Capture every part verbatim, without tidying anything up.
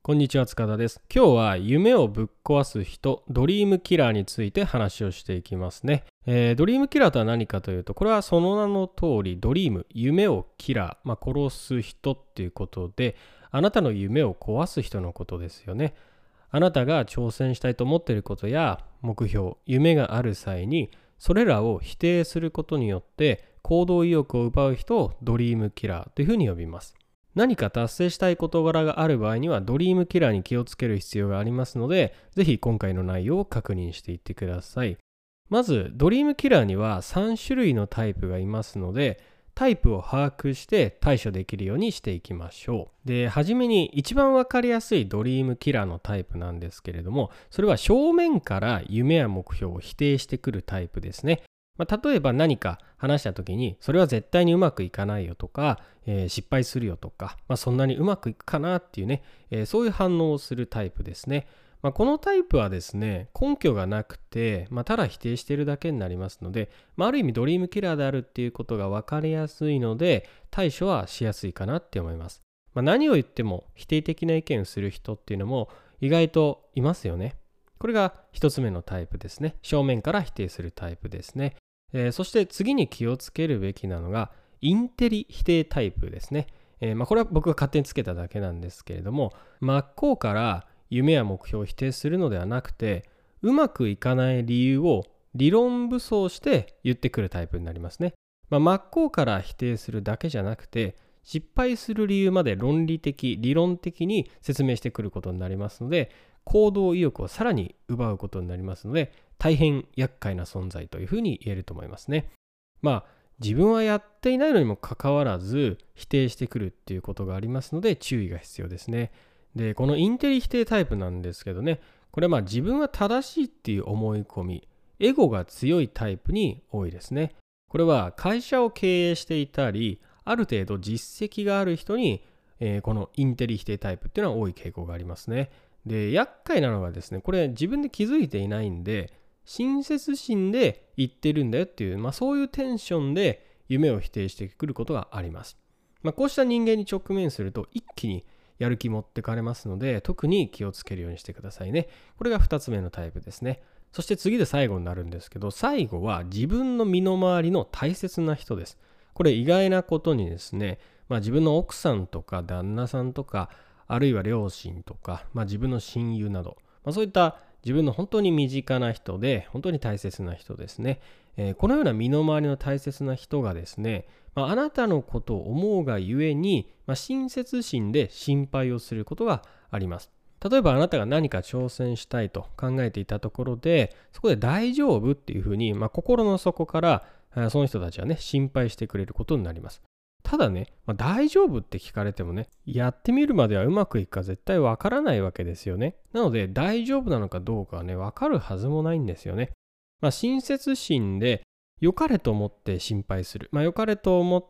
こんにちは、塚田です。今日は夢をぶっ壊す人、ドリームキラーについて話をしていきますね。えー、ドリームキラーとは何かというと、これはその名の通り、ドリーム、夢をキラー、まあ、殺す人っていうことで、あなたの夢を壊す人のことですよね。あなたが挑戦したいと思っていることや目標、夢がある際に、それらを否定することによって行動意欲を奪う人をドリームキラーというふうに呼びます。何か達成したい事柄がある場合にはドリームキラーに気をつける必要がありますので、ぜひ今回の内容を確認していってください。まずドリームキラーにはさん種類のタイプがいますので、タイプを把握して対処できるようにしていきましょう。で、はじめに一番わかりやすいドリームキラーのタイプなんですけれども、それは正面から夢や目標を否定してくるタイプですね。まあ、例えば何か話した時にそれは絶対にうまくいかないよとか、えー失敗するよとか、まあ、そんなにうまくいくかなっていうね、えーそういう反応をするタイプですね。まあ、このタイプはですね、根拠がなくて、まあ、ただ否定しているだけになりますので、まあ、ある意味ドリームキラーであるっていうことが分かりやすいので、対処はしやすいかなって思います。まあ、何を言っても否定的な意見をする人っていうのも意外といますよね。これが一つ目のタイプですね。正面から否定するタイプですね。えーそして次に気をつけるべきなのがインテリ否定タイプですね。えーまあ、これは僕が勝手につけただけなんですけれども、真っ向から夢や目標を否定するのではなくて、うまくいかない理由を理論武装して言ってくるタイプになりますね。まあ、真っ向から否定するだけじゃなくて、失敗する理由まで論理的、理論的に説明してくることになりますので、行動意欲をさらに奪うことになりますので、大変厄介な存在というふうに言えると思いますね。まあ、自分はやっていないのにもかかわらず否定してくるっていうことがありますので注意が必要ですね。で、このインテリ否定タイプなんですけどね、これはまあ自分は正しいっていう思い込み、エゴが強いタイプに多いですね。これは会社を経営していたり、ある程度実績がある人に、えーこのインテリ否定タイプっていうのは多い傾向がありますね。で、厄介なのがですね、これ自分で気づいていないんで、親切心で言ってるんだよっていう、まあ、そういうテンションで夢を否定してくることがあります。まあ、こうした人間に直面すると一気にやる気持ってかれますので、特に気をつけるようにしてくださいね。これがふたつめのタイプですね。そして次で最後になるんですけど、最後は自分の身の回りの大切な人です。これ意外なことにですね、まあ、自分の奥さんとか旦那さんとか、あるいは両親とか、まあ、自分の親友など、まあ、そういった自分の本当に身近な人で本当に大切な人ですね、えーこのような身の回りの大切な人がですね、まあ、あなたのことを思うがゆえに、まあ、親切心で心配をすることがあります。例えばあなたが何か挑戦したいと考えていたところで、そこで大丈夫っていうふうに、まあ、心の底からあその人たちはね心配してくれることになります。ただね、まあ、大丈夫って聞かれてもね、やってみるまではうまくいくか絶対わからないわけですよね。なので、大丈夫なのかどうかはね、わかるはずもないんですよね。まあ、親切心で良かれと思って心配する。まあ、良かれと思って、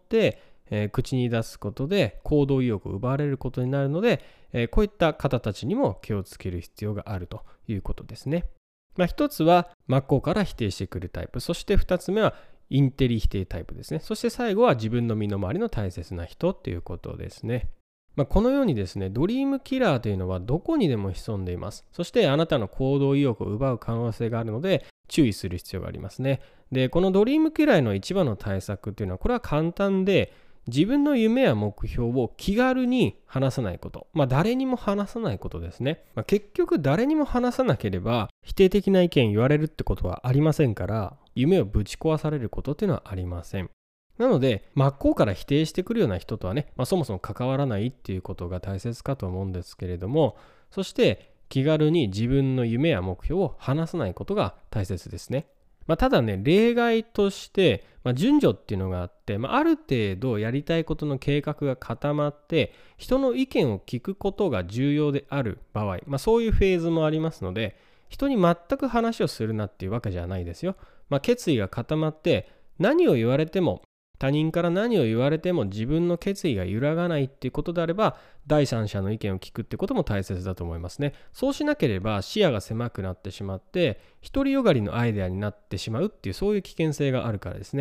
えー口に出すことで行動意欲を奪われることになるので、えーこういった方たちにも気をつける必要があるということですね。まあ、一つは真っ向から否定してくるタイプ。そして二つ目はインテリ否定タイプですね。そして最後は自分の身の回りの大切な人っていうことですね。まあ、このようにですね、ドリームキラーというのはどこにでも潜んでいます。そしてあなたの行動意欲を奪う可能性があるので注意する必要がありますね。で、このドリームキラーの一番の対策っていうのは、これは簡単で、自分の夢や目標を気軽に話さないこと。まあ、誰にも話さないことですね。まあ、結局誰にも話さなければ否定的な意見言われるってことはありませんから、夢をぶち壊されることっていうのはありません。なので、真っ向から否定してくるような人とはね、まあ、そもそも関わらないっていうことが大切かと思うんですけれども、そして気軽に自分の夢や目標を話さないことが大切ですね。まあ、ただね、例外として、まあ、順序っていうのがあって、まあ、ある程度やりたいことの計画が固まって、人の意見を聞くことが重要である場合、まあ、そういうフェーズもありますので、人に全く話をするなっていうわけじゃないですよ。まあ、決意が固まって、何を言われても、他人から何を言われても自分の決意が揺らがないっていうことであれば、第三者の意見を聞くってことも大切だと思いますね。そうしなければ視野が狭くなってしまって、独りよがりのアイデアになってしまうっていう、そういう危険性があるからですね。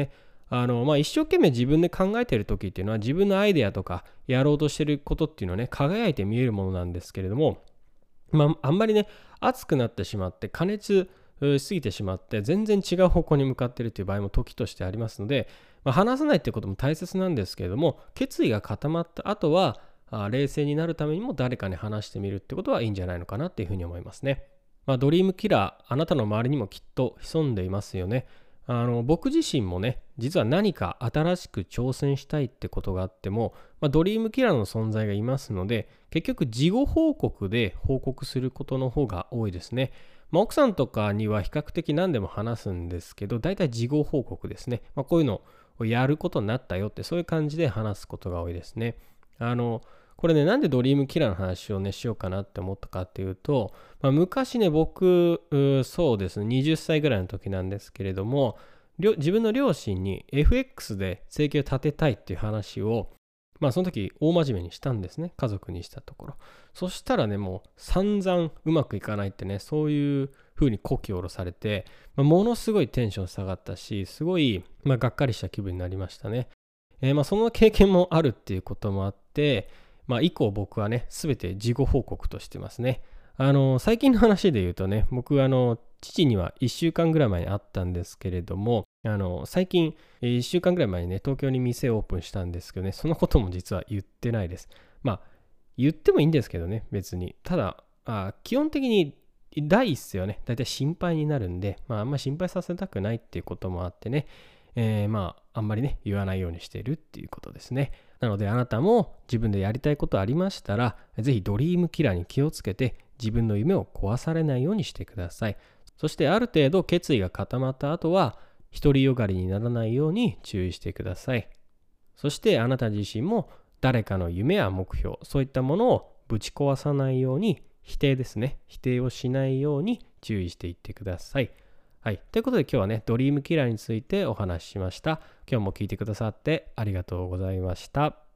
あの、まあ、一生懸命自分で考えている時っていうのは自分のアイデアとかやろうとしていることっていうのはね、輝いて見えるものなんですけれども、まあ、あんまりね、熱くなってしまって加熱しすぎてしまって全然違う方向に向かっているという場合も時としてありますので、まあ、話さないっていうことも大切なんですけれども、決意が固まった後はあ冷静になるためにも誰かに話してみるってことはいいんじゃないのかなっていうふうに思いますね。まあ、ドリームキラー、あなたの周りにもきっと潜んでいますよね。あの僕自身もね、実は何か新しく挑戦したいってことがあっても、まあ、ドリームキラーの存在がいますので、結局事後報告で報告することの方が多いですね。まあ、奥さんとかには比較的何でも話すんですけど、大体事後報告ですね。まあ、こういうのをやることになったよって、そういう感じで話すことが多いですね。あのこれね、なんでドリームキラーの話をね、しようかなって思ったかっていうと、まあ、昔ね、僕、そうですね、はたちぐらいの時なんですけれども、自分の両親に エフエックス で生計を立てたいっていう話を、まあその時大真面目にしたんですね。家族にしたところ。そしたらね、もう散々うまくいかないってね、そういう風にこき下ろされて、まあ、ものすごいテンション下がったし、すごい、まあ、がっかりした気分になりましたね。えー、まあその経験もあるっていうこともあって、まあ以降僕はね、すべて事後報告としてますね。あの、最近の話で言うとね、僕あの、父にはいっしゅうかんぐらい前に会ったんですけれども、あの最近いっしゅうかんぐらい前にね、東京に店をオープンしたんですけどね、そのことも実は言ってないです。まあ言ってもいいんですけどね、別に。ただあ基本的に第一声はね、だいたい心配になるんで、まああんまり心配させたくないっていうこともあってね、えー、まああんまりね言わないようにしているっていうことですね。なのであなたも自分でやりたいことありましたら、ぜひドリームキラーに気をつけて自分の夢を壊されないようにしてください。そしてある程度決意が固まった後は独りよがりにならないように注意してください。そしてあなた自身も誰かの夢や目標、そういったものをぶち壊さないように、否定ですね。否定をしないように注意していってください。はい。ということで今日はね、ドリームキラーについてお話ししました。今日も聞いてくださってありがとうございました。